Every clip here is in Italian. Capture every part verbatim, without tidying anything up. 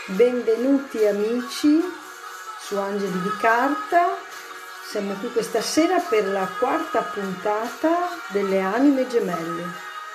Benvenuti amici su Angeli di Carta, siamo qui questa sera per la quarta puntata delle Anime Gemelle.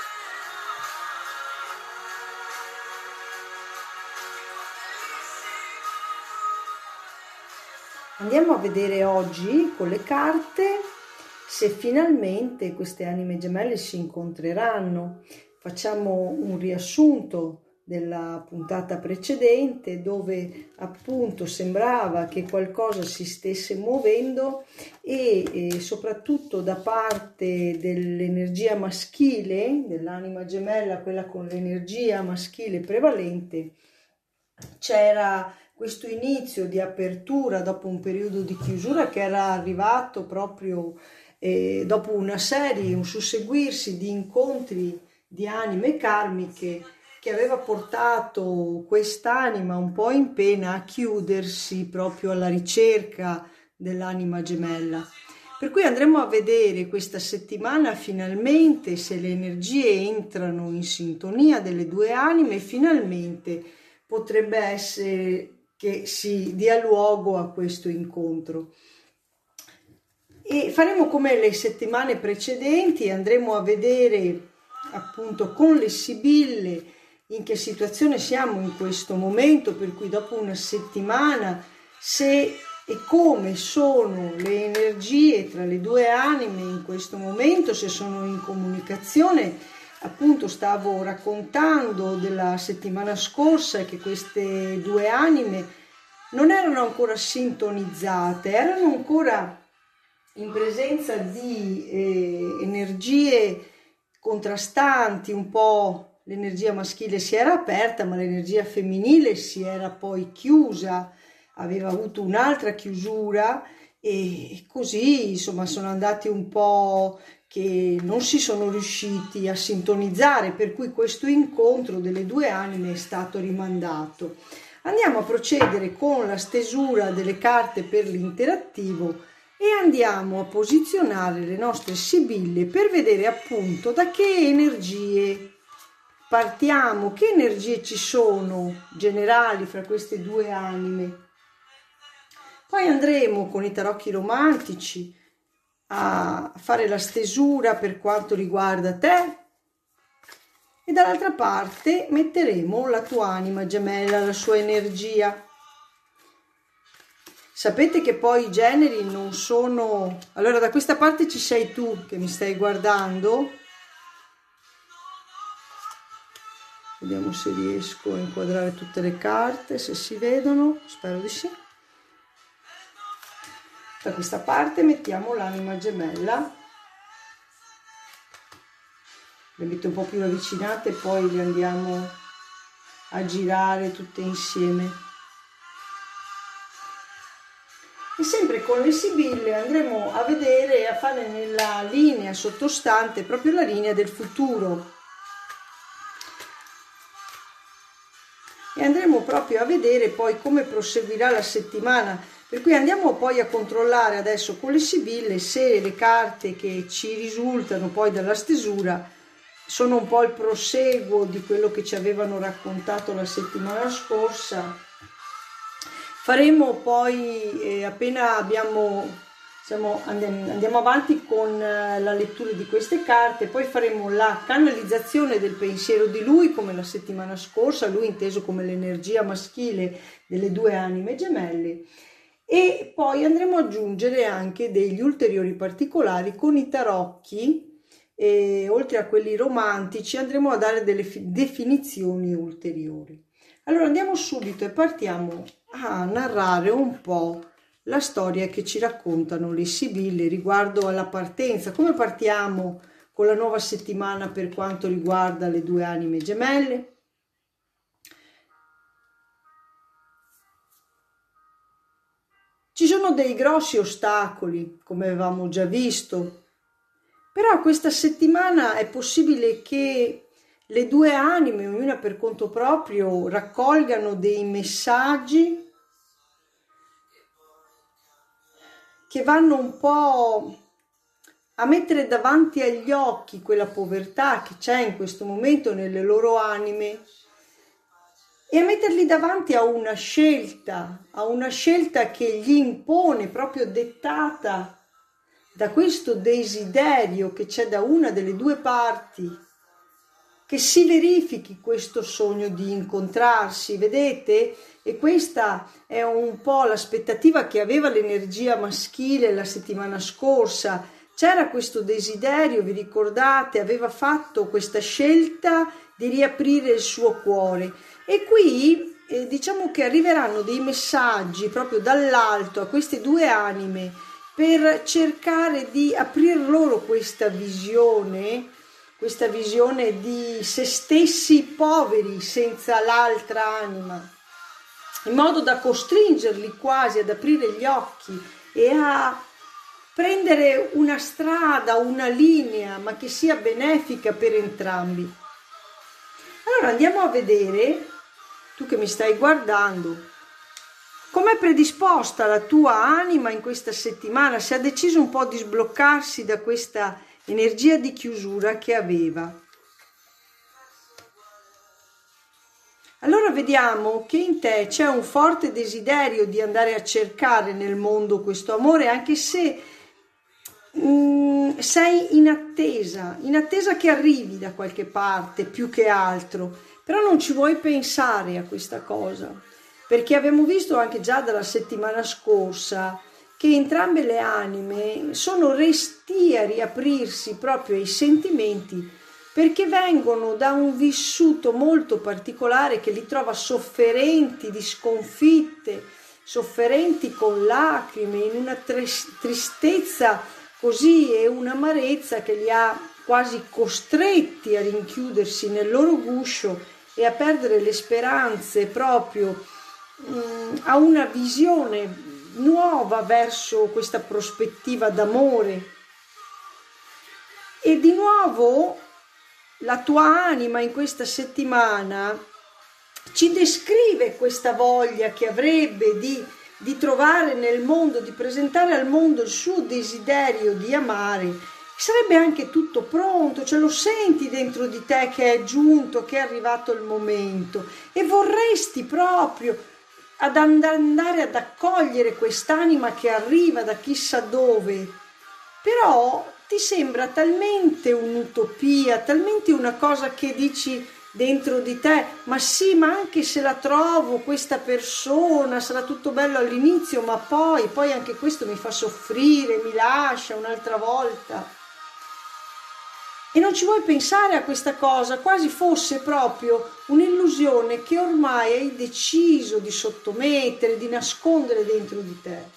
Andiamo a vedere oggi con le carte se finalmente queste anime gemelle si incontreranno. Facciamo un riassunto della puntata precedente dove appunto sembrava che qualcosa si stesse muovendo e, e soprattutto da parte dell'energia maschile, dell'anima gemella, quella con l'energia maschile prevalente, c'era questo inizio di apertura dopo un periodo di chiusura che era arrivato proprio eh, dopo una serie, un susseguirsi di incontri di anime karmiche che aveva portato quest'anima un po' in pena a chiudersi proprio alla ricerca dell'anima gemella. Per cui andremo a vedere questa settimana finalmente se le energie entrano in sintonia delle due anime e finalmente potrebbe essere che si dia luogo a questo incontro. E faremo come le settimane precedenti, andremo a vedere appunto con le sibille in che situazione siamo in questo momento, per cui dopo una settimana se e come sono le energie tra le due anime in questo momento, se sono in comunicazione. Appunto stavo raccontando della settimana scorsa che queste due anime non erano ancora sintonizzate, erano ancora in presenza di eh, energie contrastanti, un po' l'energia maschile si era aperta ma l'energia femminile si era poi chiusa, aveva avuto un'altra chiusura e così insomma sono andati un po' che non si sono riusciti a sintonizzare, per cui questo incontro delle due anime è stato rimandato. Andiamo a procedere con la stesura delle carte per l'interattivo e andiamo a posizionare le nostre sibille per vedere appunto da che energie partiamo, che energie ci sono generali fra queste due anime. Poi andremo con i tarocchi romantici a fare la stesura per quanto riguarda te e dall'altra parte metteremo la tua anima gemella, la sua energia. Sapete che poi i generi non sono... Allora da questa parte ci sei tu che mi stai guardando. Vediamo se riesco a inquadrare tutte le carte, se si vedono, spero di sì. Da questa parte mettiamo l'anima gemella, le metto un po' più avvicinate e poi le andiamo a girare tutte insieme. E sempre con le sibille andremo a vedere e a fare nella linea sottostante proprio la linea del futuro. E andremo proprio a vedere poi come proseguirà la settimana. Per cui andiamo poi a controllare adesso con le sibille se le carte che ci risultano poi dalla stesura sono un po' il proseguo di quello che ci avevano raccontato la settimana scorsa. Faremo poi, eh, appena abbiamo, siamo, andiamo avanti con la lettura di queste carte, poi faremo la canalizzazione del pensiero di lui come la settimana scorsa, lui inteso come l'energia maschile delle due anime gemelle. E poi andremo ad aggiungere anche degli ulteriori particolari con i tarocchi e oltre a quelli romantici andremo a dare delle definizioni ulteriori. Allora andiamo subito e partiamo a narrare un po' la storia che ci raccontano le sibille riguardo alla partenza. Come partiamo con la nuova settimana per quanto riguarda le due anime gemelle? Ci sono dei grossi ostacoli, come avevamo già visto, però questa settimana è possibile che le due anime, ognuna per conto proprio, raccolgano dei messaggi che vanno un po' a mettere davanti agli occhi quella povertà che c'è in questo momento nelle loro anime e a metterli davanti a una scelta, a una scelta che gli impone, proprio dettata da questo desiderio che c'è da una delle due parti, che si verifichi questo sogno di incontrarsi, vedete? E questa è un po' l'aspettativa che aveva l'energia maschile la settimana scorsa. C'era questo desiderio, vi ricordate? Aveva fatto questa scelta di riaprire il suo cuore. E qui eh, diciamo che arriveranno dei messaggi proprio dall'alto a queste due anime per cercare di aprir loro questa visione, questa visione di se stessi poveri senza l'altra anima, in modo da costringerli quasi ad aprire gli occhi e a prendere una strada, una linea, ma che sia benefica per entrambi. Allora andiamo a vedere, tu che mi stai guardando, com'è predisposta la tua anima in questa settimana, se ha deciso un po' di sbloccarsi da questa energia di chiusura che aveva. Allora vediamo che in te c'è un forte desiderio di andare a cercare nel mondo questo amore, anche se mm, sei in attesa, in attesa che arrivi da qualche parte più che altro, però non ci vuoi pensare a questa cosa, perché abbiamo visto anche già dalla settimana scorsa che entrambe le anime sono restie a riaprirsi proprio ai sentimenti, perché vengono da un vissuto molto particolare che li trova sofferenti di sconfitte, sofferenti con lacrime, in una tristezza così e un'amarezza che li ha quasi costretti a rinchiudersi nel loro guscio e a perdere le speranze proprio mh, a una visione nuova verso questa prospettiva d'amore. E di nuovo la tua anima in questa settimana ci descrive questa voglia che avrebbe di, di trovare nel mondo, di presentare al mondo il suo desiderio di amare. Sarebbe anche tutto pronto, cioè lo senti dentro di te che è giunto, che è arrivato il momento e vorresti proprio ad andare ad accogliere quest'anima che arriva da chissà dove, però ti sembra talmente un'utopia, talmente una cosa che dici dentro di te, ma sì, ma anche se la trovo questa persona sarà tutto bello all'inizio, ma poi, poi anche questo mi fa soffrire, mi lascia un'altra volta. E non ci vuoi pensare a questa cosa, quasi fosse proprio un'illusione che ormai hai deciso di sottomettere, di nascondere dentro di te.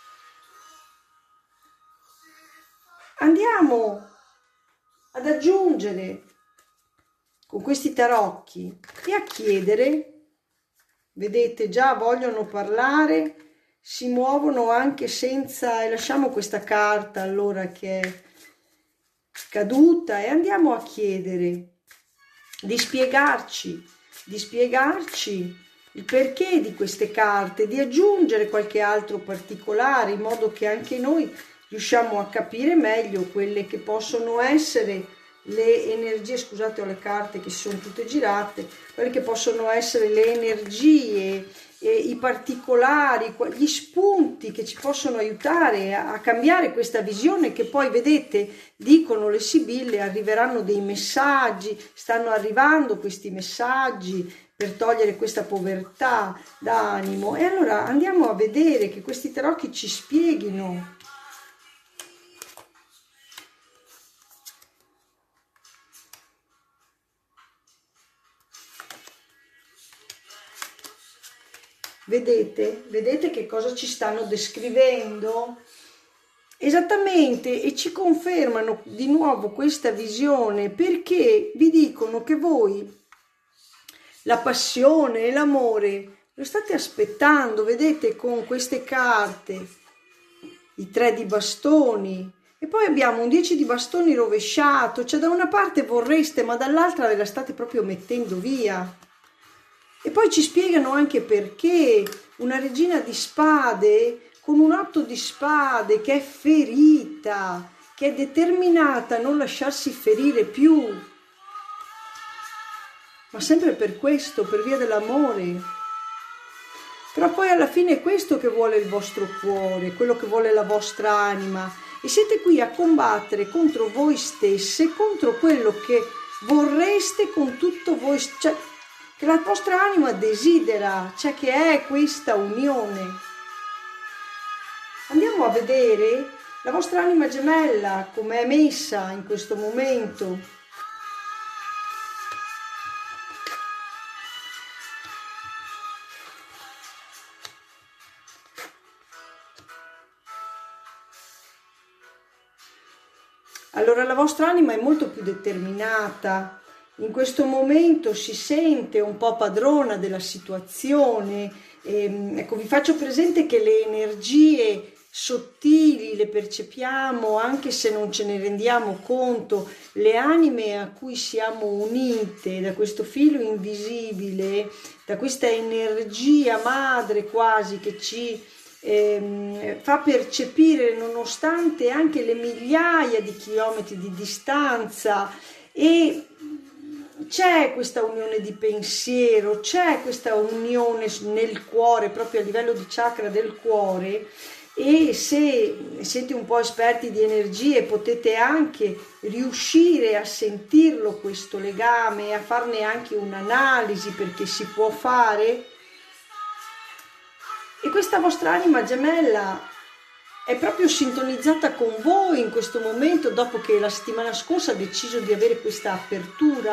Andiamo ad aggiungere con questi tarocchi e a chiedere, vedete già vogliono parlare, si muovono anche senza, e lasciamo questa carta allora che è caduta e andiamo a chiedere di spiegarci, di spiegarci il perché di queste carte, di aggiungere qualche altro particolare in modo che anche noi riusciamo a capire meglio quelle che possono essere le energie, scusate ho le carte che sono tutte girate, quelle che possono essere le energie, eh, i particolari, gli spunti che ci possono aiutare a, a cambiare questa visione che poi vedete, dicono le sibille, arriveranno dei messaggi, stanno arrivando questi messaggi per togliere questa povertà d'animo. E allora andiamo a vedere che questi tarocchi ci spieghino. Vedete? Vedete che cosa ci stanno descrivendo? Esattamente, e ci confermano di nuovo questa visione perché vi dicono che voi la passione e l'amore lo state aspettando, vedete, con queste carte, i tre di bastoni, e poi abbiamo un dieci di bastoni rovesciato, cioè da una parte vorreste ma dall'altra ve la state proprio mettendo via. E poi ci spiegano anche perché una regina di spade con un otto di spade che è ferita, che è determinata a non lasciarsi ferire più. ma sempre per questo, per via dell'amore. Però poi alla fine è questo che vuole il vostro cuore, quello che vuole la vostra anima, e siete qui a combattere contro voi stesse, contro quello che vorreste con tutto voi, cioè che la vostra anima desidera, cioè che è questa unione. Andiamo a vedere la vostra anima gemella come è messa in questo momento. Allora la vostra anima è molto più determinata, in questo momento si sente un po' padrona della situazione. E, ecco, vi faccio presente che le energie sottili le percepiamo anche se non ce ne rendiamo conto, le anime a cui siamo unite da questo filo invisibile, da questa energia madre quasi che ci Eh, fa percepire nonostante anche le migliaia di chilometri di distanza, e c'è questa unione di pensiero, c'è questa unione nel cuore, proprio a livello di chakra del cuore, e se siete un po' esperti di energie potete anche riuscire a sentirlo questo legame, a farne anche un'analisi, perché si può fare. E questa vostra anima gemella è proprio sintonizzata con voi in questo momento, dopo che la settimana scorsa ha deciso di avere questa apertura,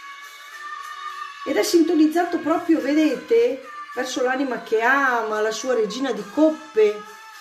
ed è sintonizzato proprio, vedete, verso l'anima che ama, la sua regina di coppe.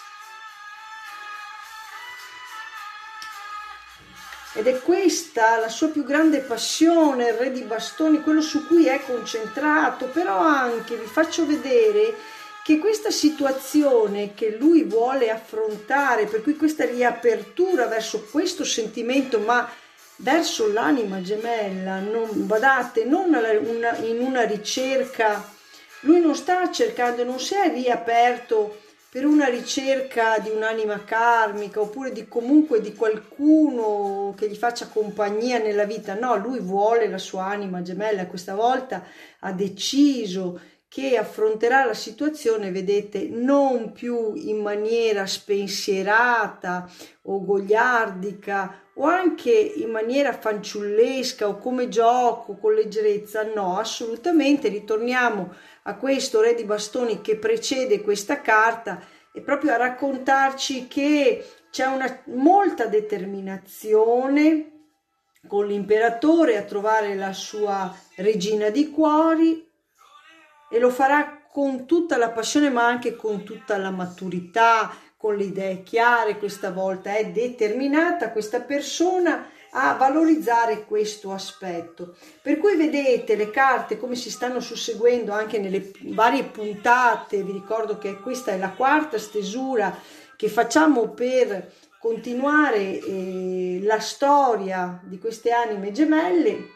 Ed è questa la sua più grande passione, il re di bastoni, quello su cui è concentrato. Però anche vi faccio vedere che questa situazione che lui vuole affrontare, per cui questa riapertura verso questo sentimento, ma verso l'anima gemella, non, badate, non una, in una ricerca, lui non sta cercando, non si è riaperto per una ricerca di un'anima karmica, oppure di comunque di qualcuno che gli faccia compagnia nella vita. No, lui vuole la sua anima gemella, questa volta ha deciso che affronterà la situazione, vedete, non più in maniera spensierata o goliardica o anche in maniera fanciullesca o come gioco, con leggerezza. No, assolutamente. Ritorniamo a questo re di bastoni che precede questa carta, e proprio a raccontarci che c'è una molta determinazione con l'imperatore a trovare la sua regina di cuori, e lo farà con tutta la passione ma anche con tutta la maturità, con le idee chiare. Questa volta è determinata questa persona a valorizzare questo aspetto. Per cui vedete le carte come si stanno susseguendo anche nelle varie puntate. Vi ricordo che questa è la quarta stesura che facciamo per continuare eh, la storia di queste anime gemelle.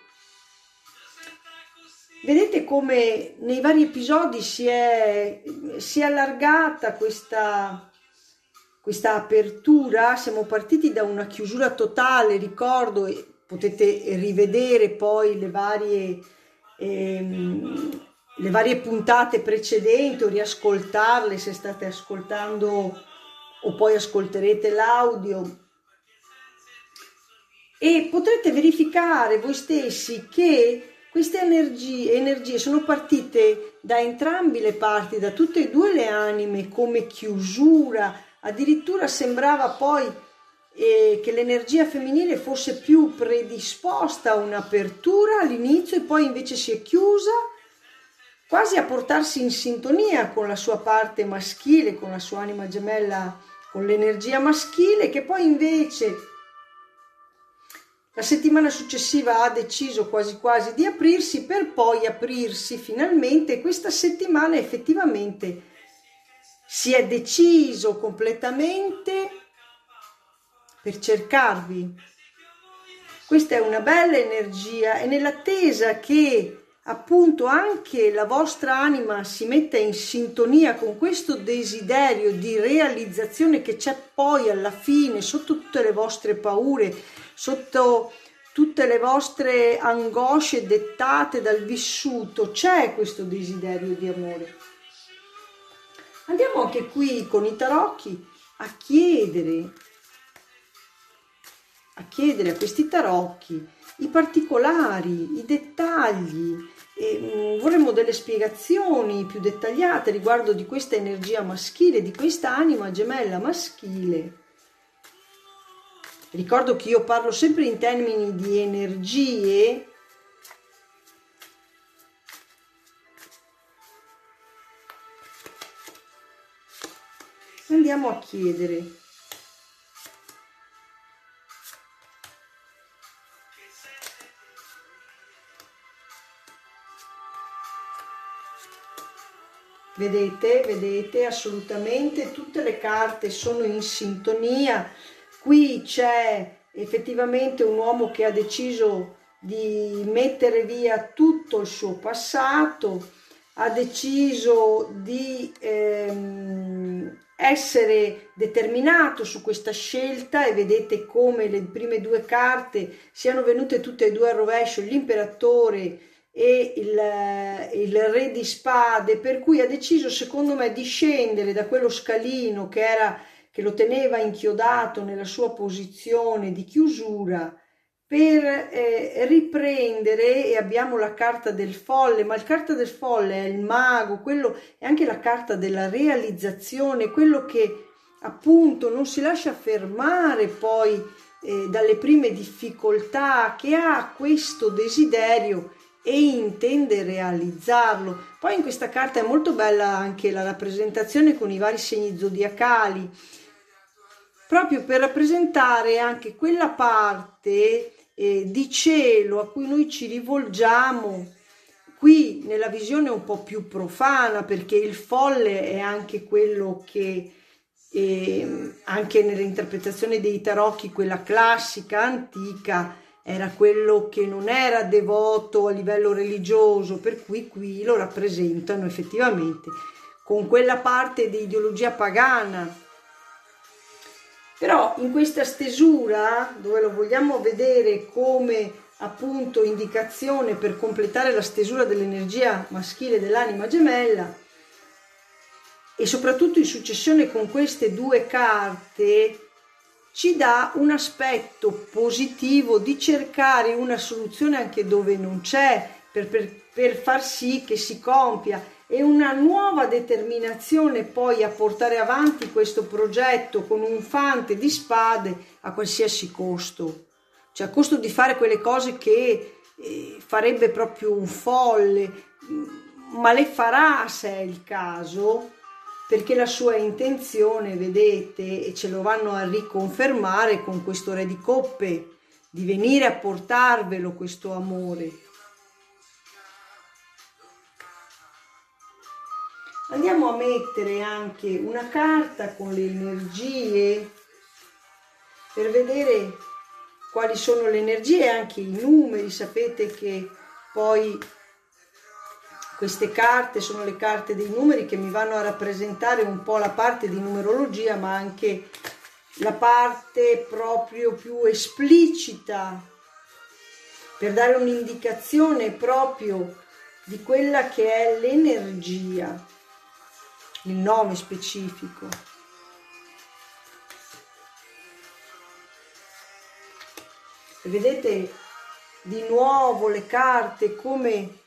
Vedete come nei vari episodi si è, si è allargata questa, questa apertura. Siamo partiti da una chiusura totale, ricordo, e potete rivedere poi le varie, ehm, le varie puntate precedenti o riascoltarle se state ascoltando, o poi ascolterete l'audio. E potrete verificare voi stessi che queste energie, energie sono partite da entrambi le parti, da tutte e due le anime, come chiusura. Addirittura sembrava poi eh, che l'energia femminile fosse più predisposta a un'apertura all'inizio, e poi invece si è chiusa, quasi a portarsi in sintonia con la sua parte maschile, con la sua anima gemella, con l'energia maschile, che poi invece la settimana successiva ha deciso quasi quasi di aprirsi, per poi aprirsi finalmente. Questa settimana effettivamente si è deciso completamente per cercarvi. Questa è una bella energia, e nell'attesa che appunto anche la vostra anima si metta in sintonia con questo desiderio di realizzazione che c'è poi alla fine, sotto tutte le vostre paure, sotto tutte le vostre angosce dettate dal vissuto, c'è questo desiderio di amore. Andiamo anche qui con i tarocchi a chiedere, a chiedere a questi tarocchi i particolari, i dettagli. E, mh, vorremmo delle spiegazioni più dettagliate riguardo di questa energia maschile, di questa anima gemella maschile. Ricordo che io parlo sempre in termini di energie, andiamo a chiedere. Vedete, vedete, assolutamente tutte le carte sono in sintonia. Qui c'è effettivamente un uomo che ha deciso di mettere via tutto il suo passato, ha deciso di ehm, essere determinato su questa scelta, e vedete come le prime due carte siano venute tutte e due al rovescio, l'imperatore e il, il re di spade, per cui ha deciso, secondo me, di scendere da quello scalino che era che lo teneva inchiodato nella sua posizione di chiusura, per eh, riprendere. E abbiamo la carta del folle, ma il carta del folle è il mago, quello è anche la carta della realizzazione, quello che appunto non si lascia fermare poi eh, dalle prime difficoltà, che ha questo desiderio e intende realizzarlo. Poi in questa carta è molto bella anche la rappresentazione con i vari segni zodiacali, proprio per rappresentare anche quella parte eh, di cielo a cui noi ci rivolgiamo qui nella visione un po' più profana, perché il folle è anche quello che eh, anche nell'interpretazione dei tarocchi, quella classica, antica, era quello che non era devoto a livello religioso, per cui qui lo rappresentano effettivamente con quella parte di ideologia pagana. Però in questa stesura, dove lo vogliamo vedere come appunto indicazione per completare la stesura dell'energia maschile dell'anima gemella, e soprattutto in successione con queste due carte, ci dà un aspetto positivo di cercare una soluzione anche dove non c'è, per, per, per far sì che si compia, e una nuova determinazione poi a portare avanti questo progetto con un fante di spade a qualsiasi costo, cioè a costo di fare quelle cose che eh, farebbe proprio un folle, ma le farà se è il caso, perché la sua intenzione, vedete, e ce lo vanno a riconfermare con questo re di coppe, di venire a portarvelo questo amore. Andiamo a mettere anche una carta con le energie per vedere quali sono le energie e anche i numeri. Sapete che poi queste carte sono le carte dei numeri che mi vanno a rappresentare un po' la parte di numerologia, ma anche la parte proprio più esplicita, per dare un'indicazione proprio di quella che è l'energia, il nome specifico. E vedete di nuovo le carte come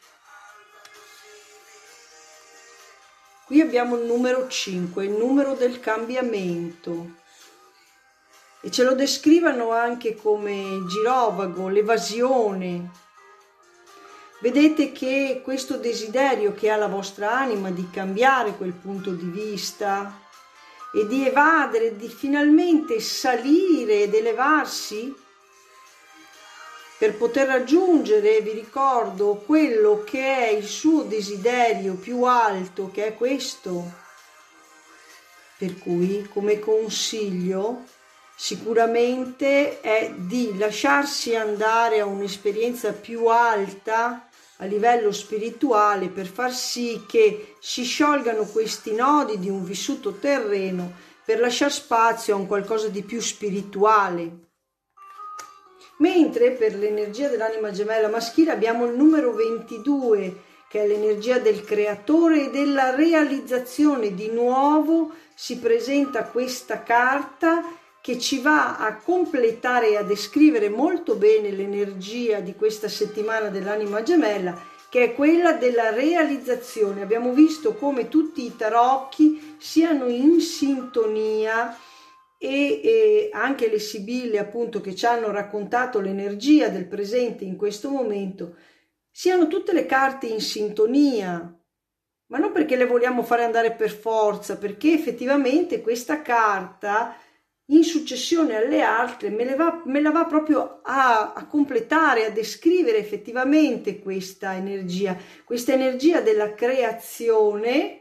qui abbiamo il numero cinque, il numero del cambiamento, e ce lo descrivono anche come il girovago, l'evasione. Vedete che questo desiderio che ha la vostra anima di cambiare quel punto di vista e di evadere, di finalmente salire ed elevarsi per poter raggiungere, vi ricordo, quello che è il suo desiderio più alto, che è questo. Per cui, come consiglio, sicuramente è di lasciarsi andare a un'esperienza più alta a livello spirituale, per far sì che si sciolgano questi nodi di un vissuto terreno, per lasciare spazio a un qualcosa di più spirituale. Mentre per l'energia dell'anima gemella maschile abbiamo il numero ventidue, che è l'energia del creatore e della realizzazione. Di nuovo si presenta questa carta che ci va a completare e a descrivere molto bene l'energia di questa settimana dell'anima gemella, che è quella della realizzazione. Abbiamo visto come tutti i tarocchi siano in sintonia e, e anche le sibille, appunto, che ci hanno raccontato l'energia del presente in questo momento, siano tutte le carte in sintonia, ma non perché le vogliamo fare andare per forza, perché effettivamente questa carta in successione alle altre me, le va, me la va proprio a, a completare, a descrivere effettivamente questa energia, questa energia della creazione,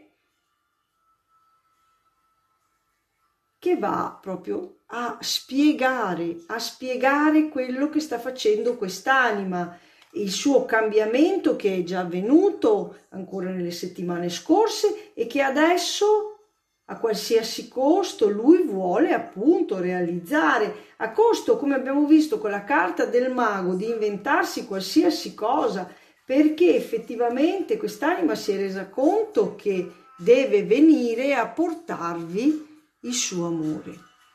che va proprio a spiegare, a spiegare quello che sta facendo quest'anima, il suo cambiamento che è già avvenuto ancora nelle settimane scorse e che adesso a qualsiasi costo lui vuole appunto realizzare, a costo, come abbiamo visto con la carta del mago, di inventarsi qualsiasi cosa, perché effettivamente quest'anima si è resa conto che deve venire a portarvi il suo amore.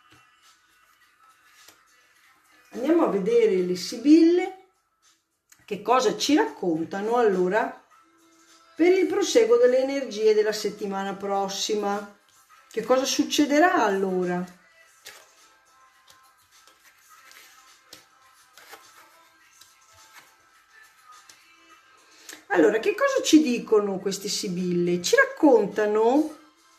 Andiamo a vedere le sibille, che cosa ci raccontano allora per il proseguo delle energie della settimana prossima. Che cosa succederà allora? Allora, che cosa ci dicono queste sibille? Ci raccontano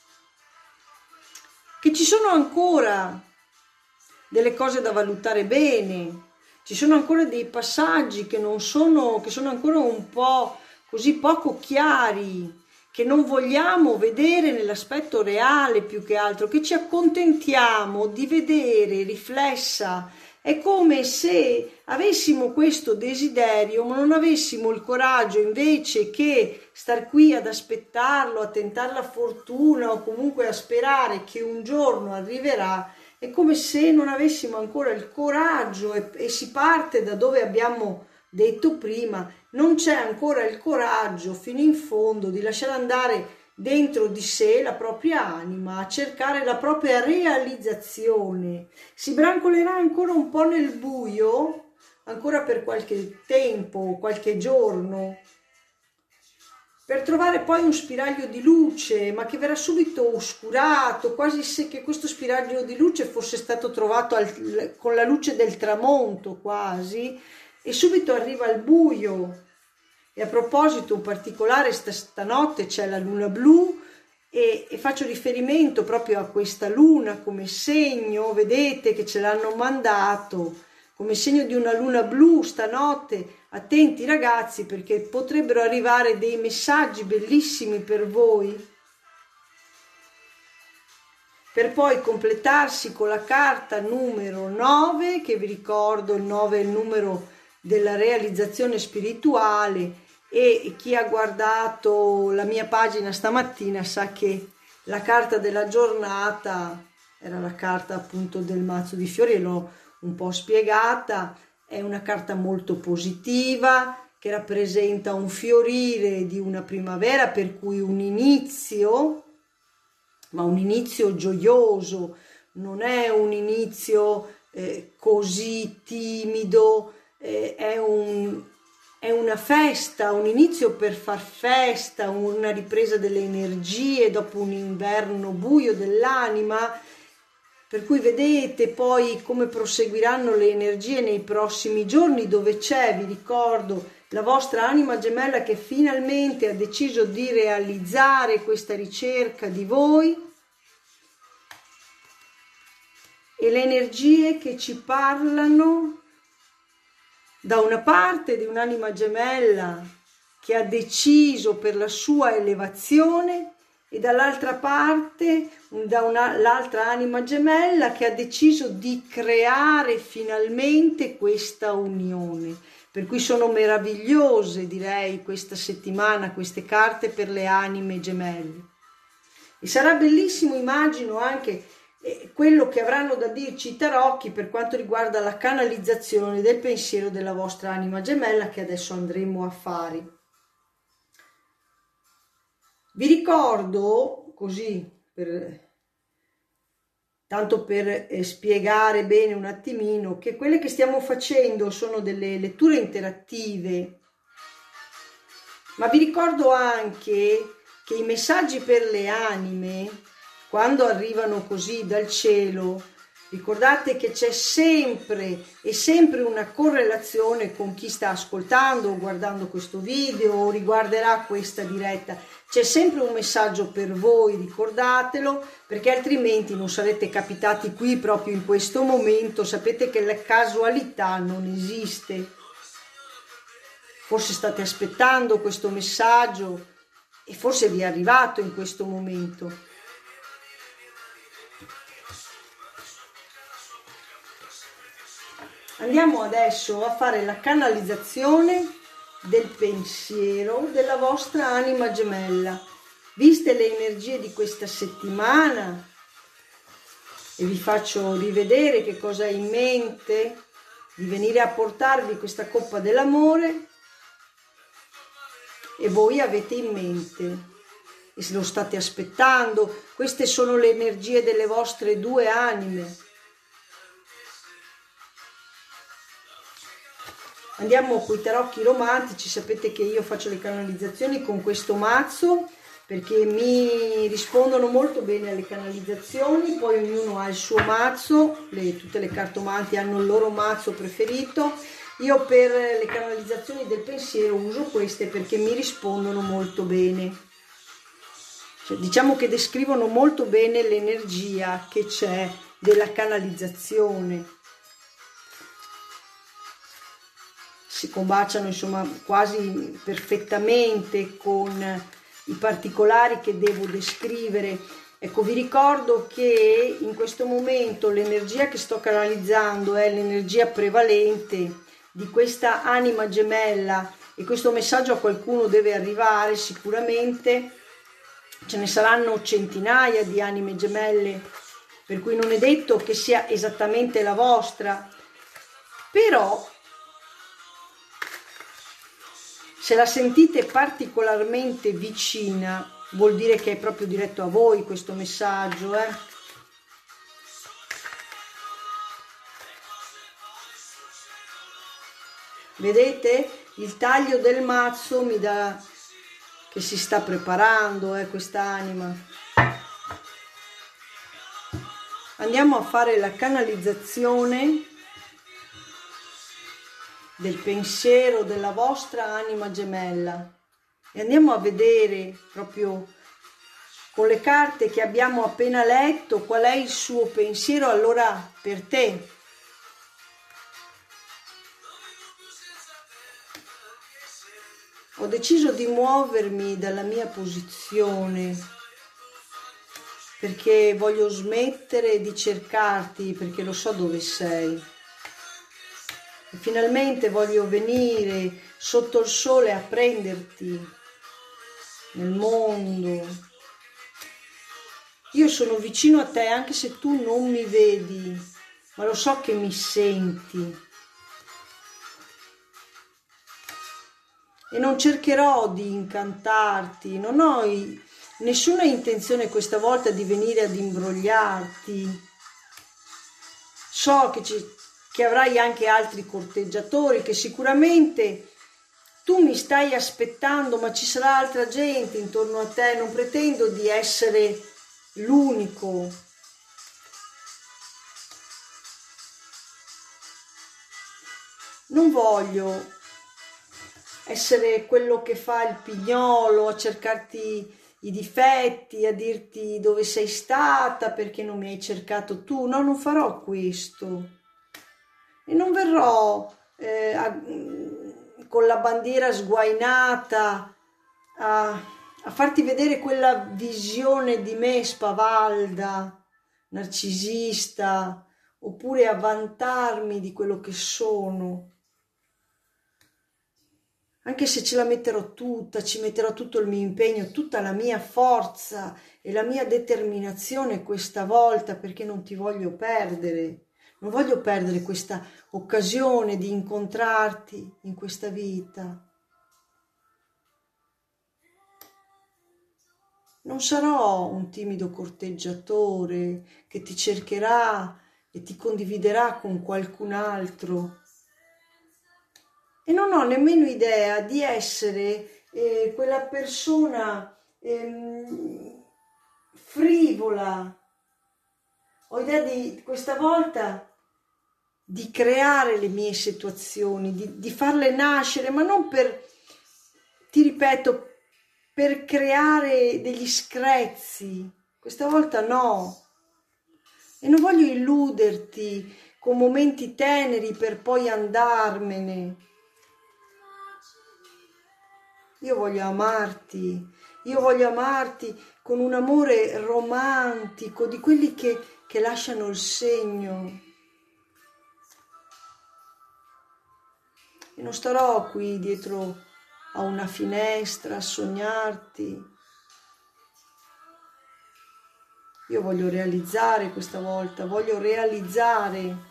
che ci sono ancora delle cose da valutare bene, ci sono ancora dei passaggi che non sono, che sono ancora un po' così poco chiari, che non vogliamo vedere nell'aspetto reale più che altro, che ci accontentiamo di vedere riflessa. È come se avessimo questo desiderio, ma non avessimo il coraggio, invece che star qui ad aspettarlo, a tentare la fortuna o comunque a sperare che un giorno arriverà. È come se non avessimo ancora il coraggio e, e si parte da dove abbiamo detto prima, non c'è ancora il coraggio fino in fondo di lasciare andare dentro di sé la propria anima, a cercare la propria realizzazione. Si brancolerà ancora un po' nel buio, ancora per qualche tempo, qualche giorno, per trovare poi un spiraglio di luce, ma che verrà subito oscurato, quasi se che questo spiraglio di luce fosse stato trovato al, con la luce del tramonto quasi, e subito arriva il buio. E a proposito, un particolare, st- stanotte c'è la luna blu e, e faccio riferimento proprio a questa luna come segno, vedete che ce l'hanno mandato, come segno di una luna blu stanotte. Attenti ragazzi, perché potrebbero arrivare dei messaggi bellissimi per voi, per poi completarsi con la carta numero nove, che vi ricordo il nove è il numero della realizzazione spirituale, e chi ha guardato la mia pagina stamattina sa che la carta della giornata era la carta appunto del mazzo di fiori, e l'ho un po' spiegata. È una carta molto positiva che rappresenta un fiorire di una primavera, per cui un inizio, ma un inizio gioioso, non è un inizio eh, così timido, eh, è un È una festa, un inizio per far festa, una ripresa delle energie dopo un inverno buio dell'anima, per cui vedete poi come proseguiranno le energie nei prossimi giorni, dove c'è, vi ricordo, la vostra anima gemella che finalmente ha deciso di realizzare questa ricerca di voi, e le energie che ci parlano da una parte di un'anima gemella che ha deciso per la sua elevazione, e dall'altra parte da una, l'altra anima gemella che ha deciso di creare finalmente questa unione. Per cui sono meravigliose, direi, questa settimana, queste carte per le anime gemelle. E sarà bellissimo, immagino, anche eh, quello che avranno da dirci i tarocchi per quanto riguarda la canalizzazione del pensiero della vostra anima gemella, che adesso andremo a fare. Vi ricordo, così, per, tanto per eh, spiegare bene un attimino, che quelle che stiamo facendo sono delle letture interattive, ma vi ricordo anche che i messaggi per le anime, quando arrivano così dal cielo, ricordate che c'è sempre e sempre una correlazione con chi sta ascoltando o guardando questo video o riguarderà questa diretta. C'è sempre un messaggio per voi, ricordatelo, perché altrimenti non sarete capitati qui proprio in questo momento. Sapete che la casualità non esiste. Forse state aspettando questo messaggio e forse vi è arrivato in questo momento. Andiamo adesso a fare la canalizzazione del pensiero della vostra anima gemella. Viste le energie di questa settimana, e vi faccio rivedere che cosa hai in mente, di venire a portarvi questa coppa dell'amore, e voi avete in mente e se lo state aspettando. Queste sono le energie delle vostre due anime. Andiamo con i tarocchi romantici. Sapete che io faccio le canalizzazioni con questo mazzo perché mi rispondono molto bene alle canalizzazioni. Poi ognuno ha il suo mazzo, le, tutte le cartomanti hanno il loro mazzo preferito. Io per le canalizzazioni del pensiero uso queste perché mi rispondono molto bene. Cioè, diciamo che descrivono molto bene l'energia che c'è della canalizzazione. Si combaciano insomma quasi perfettamente con i particolari che devo descrivere. Ecco, vi ricordo che in questo momento l'energia che sto canalizzando è l'energia prevalente di questa anima gemella, e questo messaggio a qualcuno deve arrivare sicuramente. Ce ne saranno centinaia di anime gemelle, per cui non è detto che sia esattamente la vostra, però se la sentite particolarmente vicina, vuol dire che è proprio diretto a voi questo messaggio, eh? Vedete? Il taglio del mazzo mi dà che si sta preparando, eh, quest'anima. Andiamo a fare la canalizzazione del pensiero della vostra anima gemella e andiamo a vedere proprio con le carte che abbiamo appena letto qual è il suo pensiero allora per te. Ho deciso di muovermi dalla mia posizione perché voglio smettere di cercarti, perché lo so dove sei. E finalmente voglio venire sotto il sole a prenderti nel mondo. Io sono vicino a te anche se tu non mi vedi, ma lo so che mi senti. E non cercherò di incantarti, non ho nessuna intenzione questa volta di venire ad imbrogliarti. So che, ci, che avrai anche altri corteggiatori, che sicuramente tu mi stai aspettando, ma ci sarà altra gente intorno a te. Non pretendo di essere l'unico. Non voglio essere quello che fa il pignolo, a cercarti i difetti, a dirti dove sei stata, perché non mi hai cercato tu. No, non farò questo. E non verrò eh, a, con la bandiera sguainata a, a farti vedere quella visione di me spavalda, narcisista, oppure a vantarmi di quello che sono. anche se ce la metterò tutta, ci metterò tutto il mio impegno, tutta la mia forza e la mia determinazione questa volta, perché non ti voglio perdere, non voglio perdere questa occasione di incontrarti in questa vita. Non sarò un timido corteggiatore che ti cercherà e ti condividerà con qualcun altro. E non ho nemmeno idea di essere eh, quella persona ehm, frivola. Ho idea di questa volta di creare le mie situazioni, di, di farle nascere, ma non per, ti ripeto, per creare degli screzi. Questa volta no. E non voglio illuderti con momenti teneri per poi andarmene. Io voglio amarti, io voglio amarti con un amore romantico, di quelli che, che lasciano il segno. E non starò qui dietro a una finestra a sognarti. Io voglio realizzare questa volta, voglio realizzare.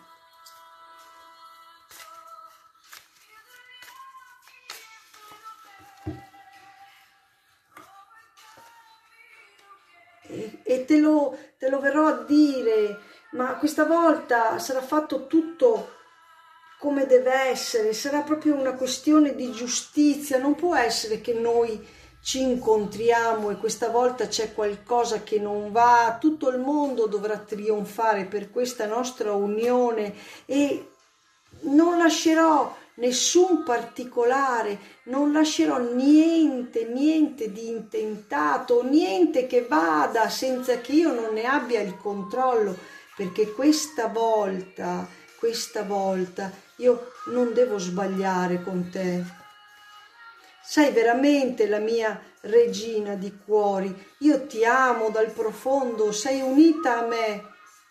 E, e te lo, te lo verrò a dire, ma questa volta sarà fatto tutto come deve essere, sarà proprio una questione di giustizia, non può essere che noi ci incontriamo e questa volta c'è qualcosa che non va, tutto il mondo dovrà trionfare per questa nostra unione e non lascerò nessun particolare, non lascerò niente, niente di intentato, niente che vada senza che io non ne abbia il controllo, perché questa volta, questa volta io non devo sbagliare con te. Sei veramente la mia regina di cuori, io ti amo dal profondo, sei unita a me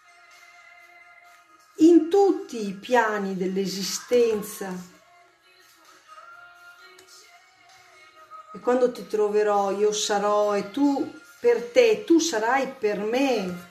in tutti i piani dell'esistenza. E quando ti troverò io sarò e tu per te, tu sarai per me.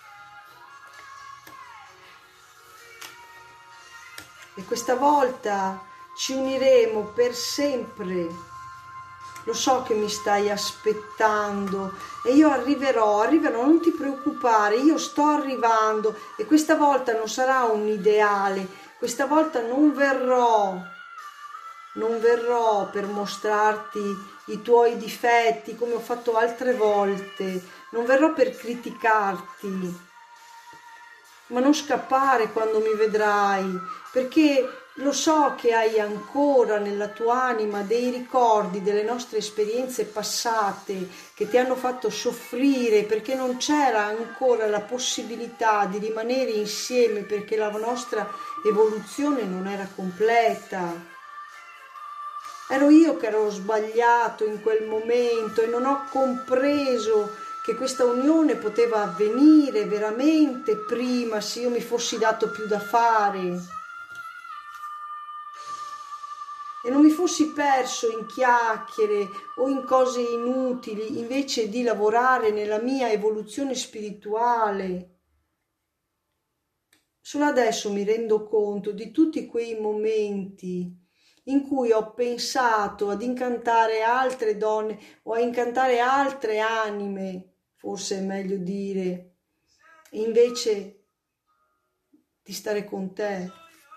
E questa volta ci uniremo per sempre. Lo so che mi stai aspettando e io arriverò, arriverò, non ti preoccupare, io sto arrivando e questa volta non sarà un ideale, questa volta non verrò, non verrò per mostrarti i tuoi difetti come ho fatto altre volte, non verrò per criticarti, ma non scappare quando mi vedrai, perché lo so che hai ancora nella tua anima dei ricordi delle nostre esperienze passate che ti hanno fatto soffrire perché non c'era ancora la possibilità di rimanere insieme perché la nostra evoluzione non era completa. Ero io che ero sbagliato in quel momento e non ho compreso che questa unione poteva avvenire veramente prima se io mi fossi dato più da fare. E non mi fossi perso in chiacchiere o in cose inutili invece di lavorare nella mia evoluzione spirituale. Solo adesso mi rendo conto di tutti quei momenti in cui ho pensato ad incantare altre donne o a incantare altre anime, forse è meglio dire, invece di stare con te.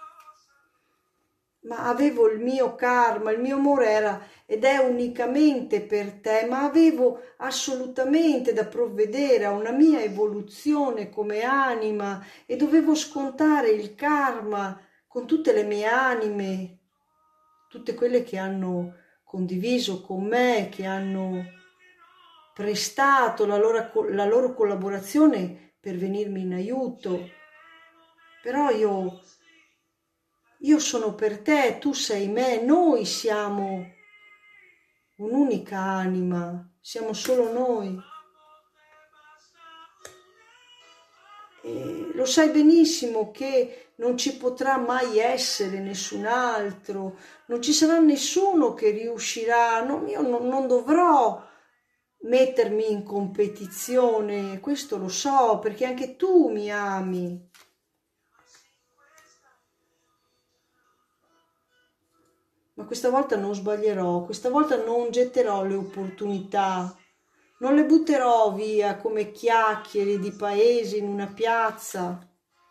Ma avevo il mio karma, il mio amore era ed è unicamente per te, ma avevo assolutamente da provvedere a una mia evoluzione come anima e dovevo scontare il karma con tutte le mie anime, tutte quelle che hanno condiviso con me, che hanno prestato la loro, la loro collaborazione per venirmi in aiuto. Però io... Io sono per te, tu sei me, noi siamo un'unica anima, siamo solo noi. E lo sai benissimo che non ci potrà mai essere nessun altro, non ci sarà nessuno che riuscirà, no, io non, non dovrò mettermi in competizione, questo lo so, perché anche tu mi ami. Ma questa volta non sbaglierò, questa volta non getterò le opportunità, non le butterò via come chiacchiere di paese in una piazza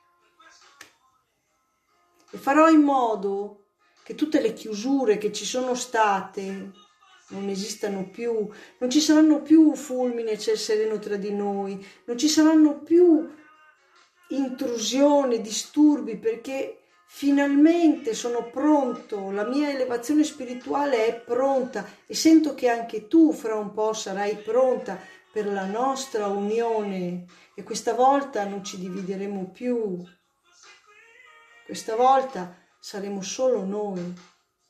e farò in modo che tutte le chiusure che ci sono state non esistano più, non ci saranno più fulmine e ciel sereno tra di noi, non ci saranno più intrusioni, disturbi, perché finalmente sono pronto, la mia elevazione spirituale è pronta e sento che anche tu fra un po' sarai pronta per la nostra unione e questa volta non ci divideremo più, questa volta saremo solo noi.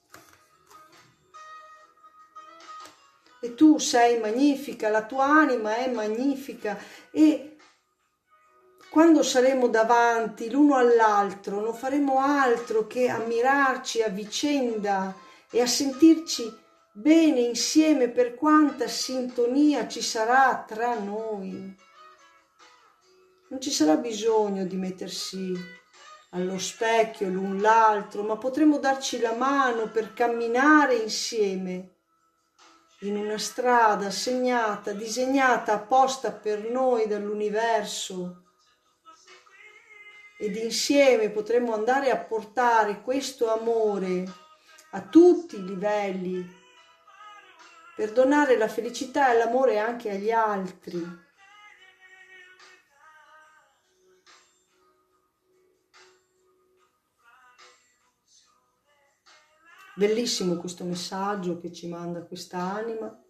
E tu sei magnifica, la tua anima è magnifica e quando saremo davanti l'uno all'altro non faremo altro che ammirarci a vicenda e a sentirci bene insieme per quanta sintonia ci sarà tra noi. Non ci sarà bisogno di mettersi allo specchio l'un l'altro, ma potremo darci la mano per camminare insieme in una strada segnata, disegnata apposta per noi dall'universo. Ed insieme potremo andare a portare questo amore a tutti i livelli per donare la felicità e l'amore anche agli altri. Bellissimo questo messaggio che ci manda questa anima.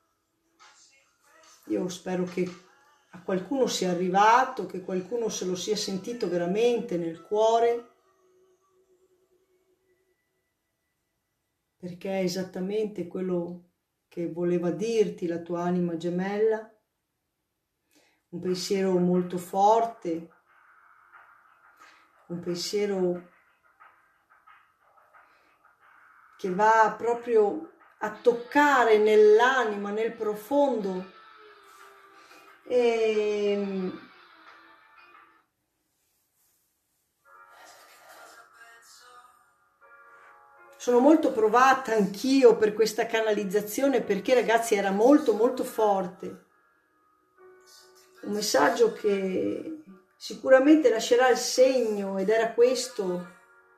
Io spero che a qualcuno sia arrivato, che qualcuno se lo sia sentito veramente nel cuore, perché è esattamente quello che voleva dirti la tua anima gemella, un pensiero molto forte, un pensiero che va proprio a toccare nell'anima, nel profondo. E sono molto provata anch'io per questa canalizzazione perché ragazzi era molto molto forte, un messaggio che sicuramente lascerà il segno ed era questo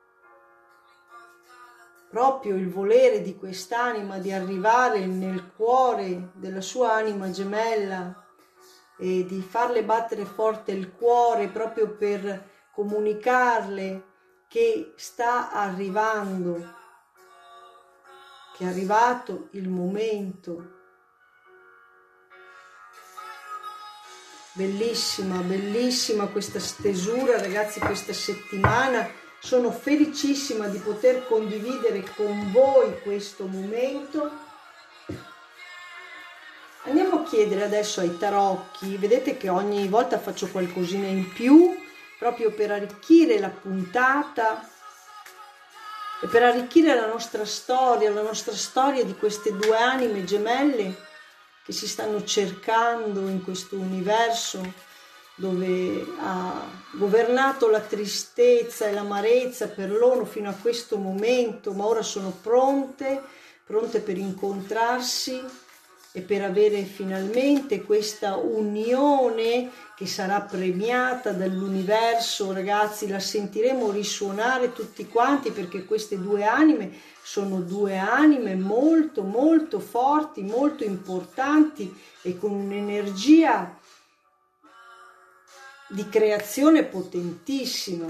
proprio il volere di quest'anima di arrivare nel cuore della sua anima gemella e di farle battere forte il cuore proprio per comunicarle che sta arrivando, che è arrivato il momento. Bellissima, bellissima questa stesura, ragazzi, questa settimana. Sono felicissima di poter condividere con voi questo momento. Andiamo a chiedere adesso ai tarocchi, vedete che ogni volta faccio qualcosina in più, proprio per arricchire la puntata e per arricchire la nostra storia, la nostra storia di queste due anime gemelle che si stanno cercando in questo universo dove ha governato la tristezza e l'amarezza per loro fino a questo momento, ma ora sono pronte, pronte per incontrarsi e per avere finalmente questa unione che sarà premiata dall'universo. Ragazzi, la sentiremo risuonare tutti quanti perché queste due anime sono due anime molto molto forti, molto importanti e con un'energia di creazione potentissima.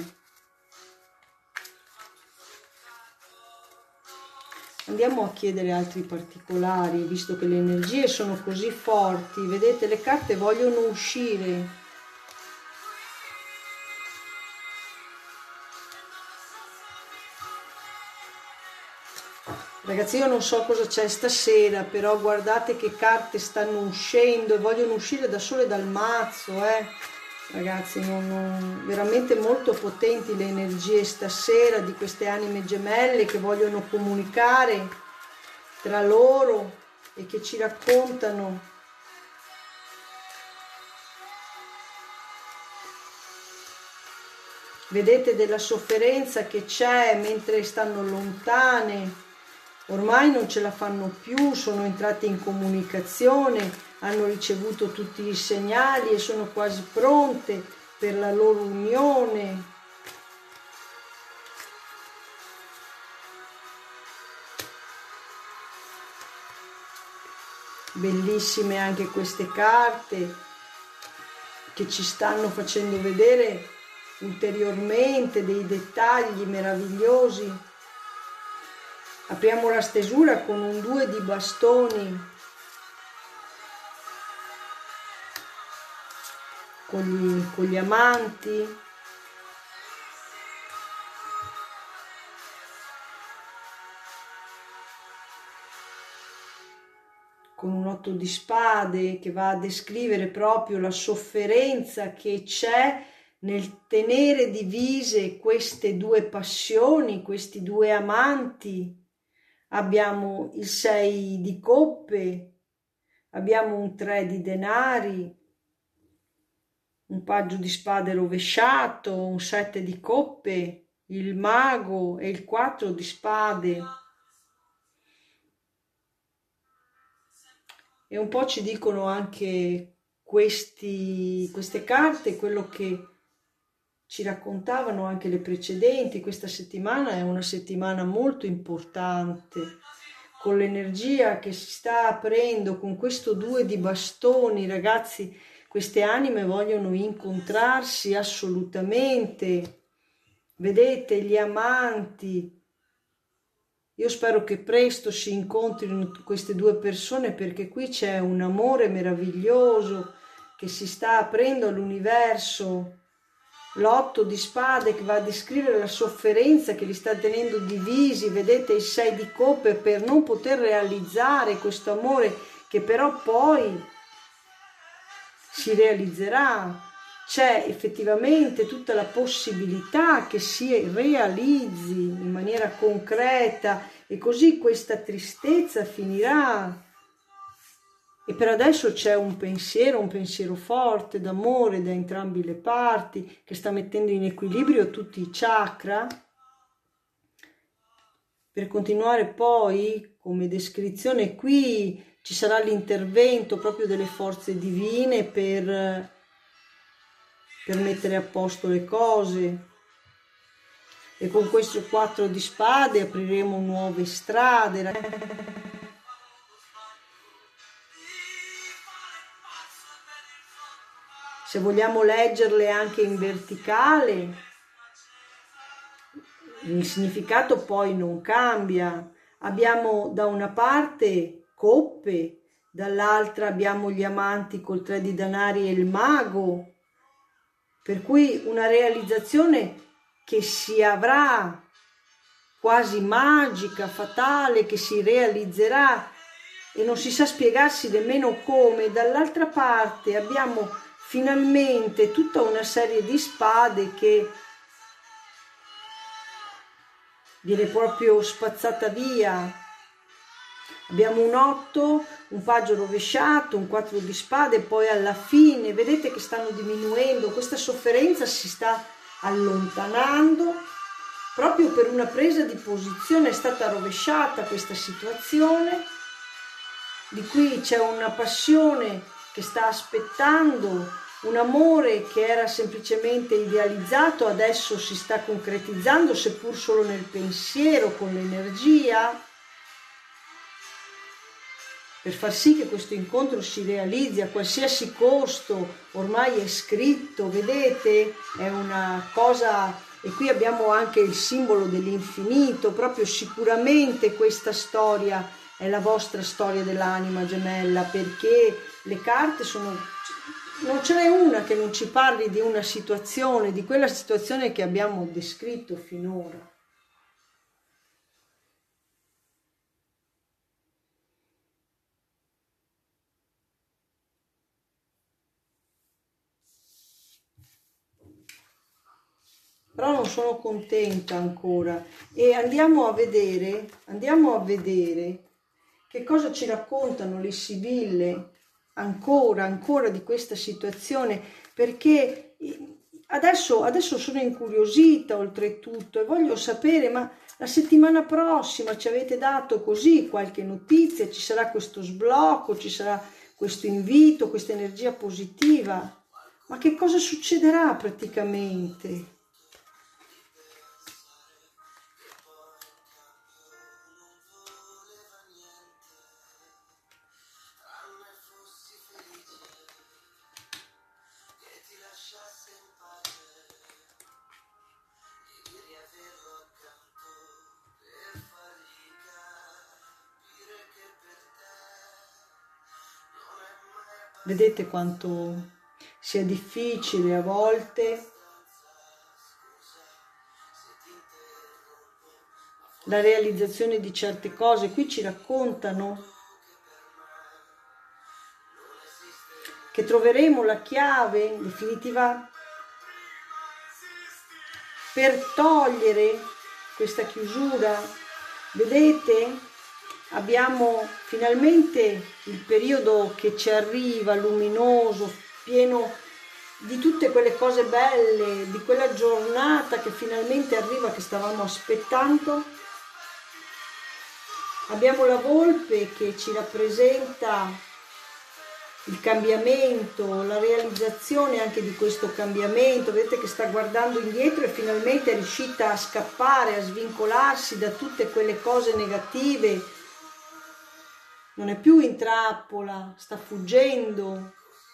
Andiamo a chiedere altri particolari, visto che le energie sono così forti. Vedete, le carte vogliono uscire. Ragazzi, io non so cosa c'è stasera, però guardate che carte stanno uscendo e vogliono uscire da sole dal mazzo, eh. Ragazzi, non, non- veramente molto potenti le energie stasera di queste anime gemelle che vogliono comunicare tra loro e che ci raccontano vedete della sofferenza che c'è mentre stanno lontane, ormai non ce la fanno più, sono entrate in comunicazione, hanno ricevuto tutti i segnali e sono quasi pronte per la loro unione. Bellissime anche queste carte che ci stanno facendo vedere ulteriormente dei dettagli meravigliosi. Apriamo la stesura con un due di bastoni, con gli, con gli amanti, con un otto di spade che va a descrivere proprio la sofferenza che c'è nel tenere divise queste due passioni, questi due amanti. Abbiamo il sei di coppe, abbiamo un tre di denari, un paggio di spade rovesciato, un sette di coppe, il mago e il quattro di spade. E un po' ci dicono anche questi, queste carte, quello che ci raccontavano anche le precedenti. Questa settimana è una settimana molto importante, con l'energia che si sta aprendo, con questo due di bastoni, ragazzi, queste anime vogliono incontrarsi assolutamente. Vedete, gli amanti. Io spero che presto si incontrino queste due persone, perché qui c'è un amore meraviglioso che si sta aprendo all'universo. L'otto di spade che va a descrivere la sofferenza che li sta tenendo divisi, vedete il sei di coppe per non poter realizzare questo amore che però poi si realizzerà. C'è effettivamente tutta la possibilità che si realizzi in maniera concreta e così questa tristezza finirà. E per adesso c'è un pensiero, un pensiero forte d'amore da entrambe le parti che sta mettendo in equilibrio tutti i chakra. Per continuare poi come descrizione qui ci sarà l'intervento proprio delle forze divine per per mettere a posto le cose, e con questo quattro di spade apriremo nuove strade. Se vogliamo leggerle anche in verticale, il significato poi non cambia. Abbiamo da una parte coppe, dall'altra abbiamo gli amanti col tre di danari e il mago, per cui una realizzazione che si avrà quasi magica, fatale, che si realizzerà e non si sa spiegarsi nemmeno come. Dall'altra parte abbiamo finalmente tutta una serie di spade che viene proprio spazzata via. Abbiamo un otto, un paggio rovesciato, un quattro di spade, poi alla fine vedete che stanno diminuendo, questa sofferenza si sta allontanando proprio per una presa di posizione. È stata rovesciata questa situazione, di cui c'è una passione che sta aspettando, un amore che era semplicemente idealizzato, adesso si sta concretizzando, seppur solo nel pensiero, con l'energia, per far sì che questo incontro si realizzi a qualsiasi costo. Ormai è scritto, vedete, è una cosa. E qui abbiamo anche il simbolo dell'infinito, proprio sicuramente questa storia è la vostra storia dell'anima gemella, perché le carte sono, non ce n'è una che non ci parli di una situazione, di quella situazione che abbiamo descritto finora. però non sono contenta ancora. E andiamo a vedere, andiamo a vedere che cosa ci raccontano le Sibille ancora, ancora di questa situazione, perché adesso, adesso sono incuriosita oltretutto e voglio sapere, ma la settimana prossima ci avete dato così qualche notizia, ci sarà questo sblocco, ci sarà questo invito, questa energia positiva, ma che cosa succederà praticamente? Vedete quanto sia difficile a volte la realizzazione di certe cose. Qui ci raccontano che troveremo la chiave definitiva per togliere questa chiusura. Vedete? Abbiamo finalmente il periodo che ci arriva, luminoso, pieno di tutte quelle cose belle, di quella giornata che finalmente arriva, che stavamo aspettando. Abbiamo la volpe che ci rappresenta il cambiamento, la realizzazione anche di questo cambiamento. Vedete che sta guardando indietro e finalmente è riuscita a scappare, a svincolarsi da tutte quelle cose negative. Non è più in trappola, sta fuggendo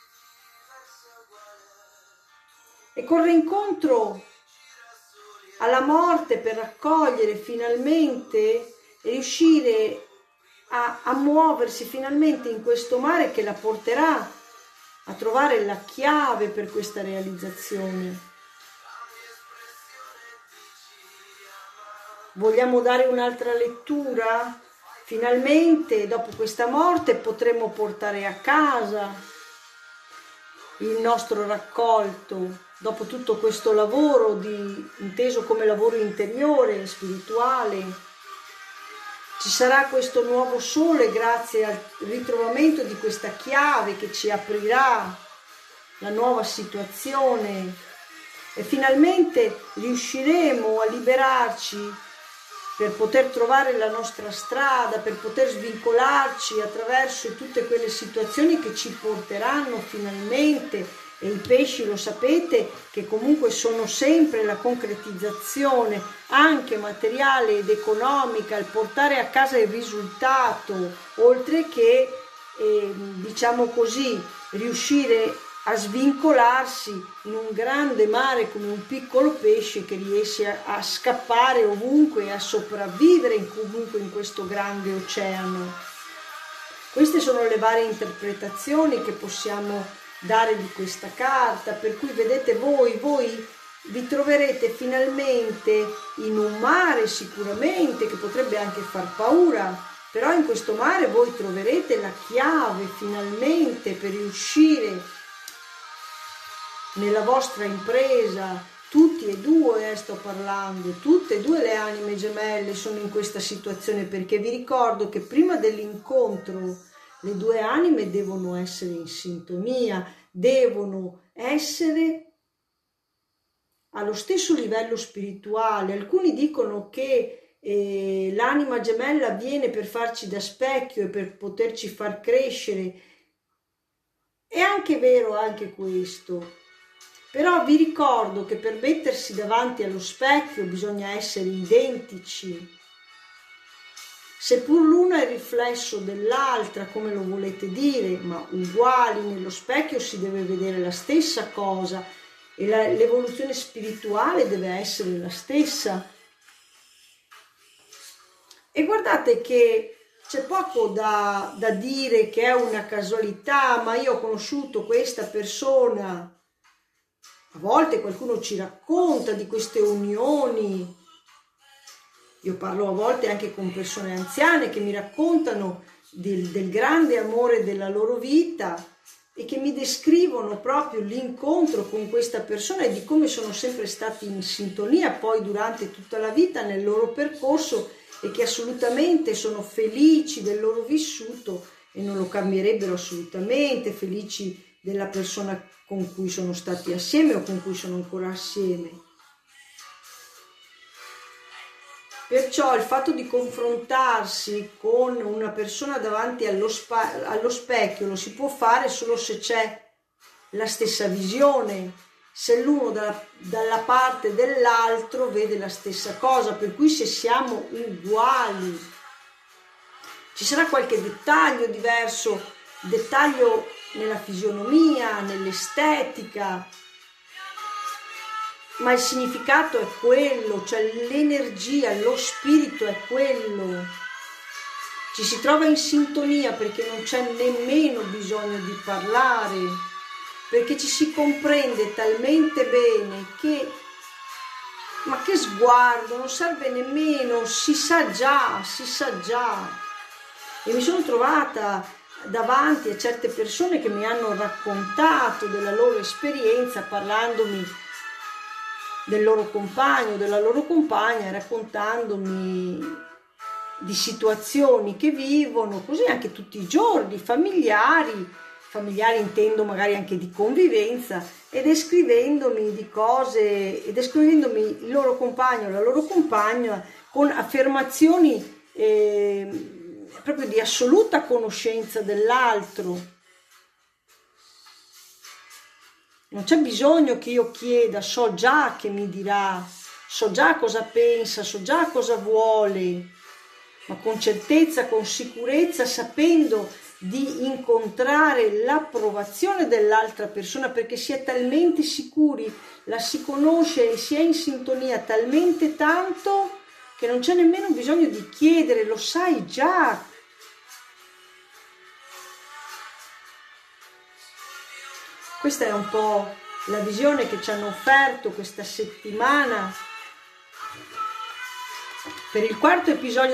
e corre incontro alla morte per raccogliere finalmente e riuscire a, a muoversi finalmente in questo mare che la porterà a trovare la chiave per questa realizzazione. Vogliamo dare un'altra lettura? Finalmente, dopo questa morte, potremo portare a casa il nostro raccolto, dopo tutto questo lavoro di, inteso come lavoro interiore, spirituale. Ci sarà questo nuovo sole grazie al ritrovamento di questa chiave che ci aprirà la nuova situazione e finalmente riusciremo a liberarci per poter trovare la nostra strada, per poter svincolarci attraverso tutte quelle situazioni che ci porteranno finalmente, e i pesci lo sapete che comunque sono sempre la concretizzazione anche materiale ed economica, il portare a casa il risultato, oltre che eh, diciamo così riuscire a svincolarsi in un grande mare come un piccolo pesce che riesce a, a scappare ovunque e a sopravvivere in, comunque in questo grande oceano. Queste sono le varie interpretazioni che possiamo dare di questa carta, per cui vedete voi, voi vi troverete finalmente in un mare sicuramente che potrebbe anche far paura, però in questo mare voi troverete la chiave finalmente per riuscire nella vostra impresa. Tutti e due eh, sto parlando, tutte e due le anime gemelle sono in questa situazione, perché vi ricordo che prima dell'incontro le due anime devono essere in sintonia, devono essere allo stesso livello spirituale. Alcuni dicono che eh, l'anima gemella viene per farci da specchio e per poterci far crescere. È anche vero anche questo. Però vi ricordo che per mettersi davanti allo specchio bisogna essere identici. Seppur l'una è il riflesso dell'altra, come lo volete dire, ma uguali, nello specchio si deve vedere la stessa cosa e la, l'evoluzione spirituale deve essere la stessa. E guardate che c'è poco da, da dire che è una casualità, ma io ho conosciuto questa persona. A volte qualcuno ci racconta di queste unioni, io parlo a volte anche con persone anziane che mi raccontano del, del grande amore della loro vita, e che mi descrivono proprio l'incontro con questa persona e di come sono sempre stati in sintonia poi durante tutta la vita nel loro percorso e che assolutamente sono felici del loro vissuto e non lo cambierebbero assolutamente, felici della persona con cui sono stati assieme o con cui sono ancora assieme. Perciò il fatto di confrontarsi con una persona davanti allo, spa- allo specchio lo si può fare solo se c'è la stessa visione, se l'uno dalla, dalla parte dell'altro vede la stessa cosa, per cui se siamo uguali. Ci sarà qualche dettaglio diverso, dettaglio nella fisionomia, nell'estetica, ma il significato è quello, cioè l'energia, lo spirito è quello. Ci si trova in sintonia perché non c'è nemmeno bisogno di parlare, perché ci si comprende talmente bene che, ma che sguardo, non serve nemmeno, si sa già, si sa già. E mi sono trovata davanti a certe persone che mi hanno raccontato della loro esperienza parlandomi del loro compagno, della loro compagna, raccontandomi di situazioni che vivono, così anche tutti i giorni, familiari, familiari intendo magari anche di convivenza, e descrivendomi di cose, e descrivendomi il loro compagno, la loro compagna, con affermazioni eh, proprio di assoluta conoscenza dell'altro. Non c'è bisogno che io chieda, so già che mi dirà, so già cosa pensa, so già cosa vuole, ma con certezza, con sicurezza, sapendo di incontrare l'approvazione dell'altra persona, perché si è talmente sicuri, la si conosce e si è in sintonia talmente tanto che non c'è nemmeno bisogno di chiedere, lo sai già. Questa è un po' la visione che ci hanno offerto questa settimana per il quarto episodio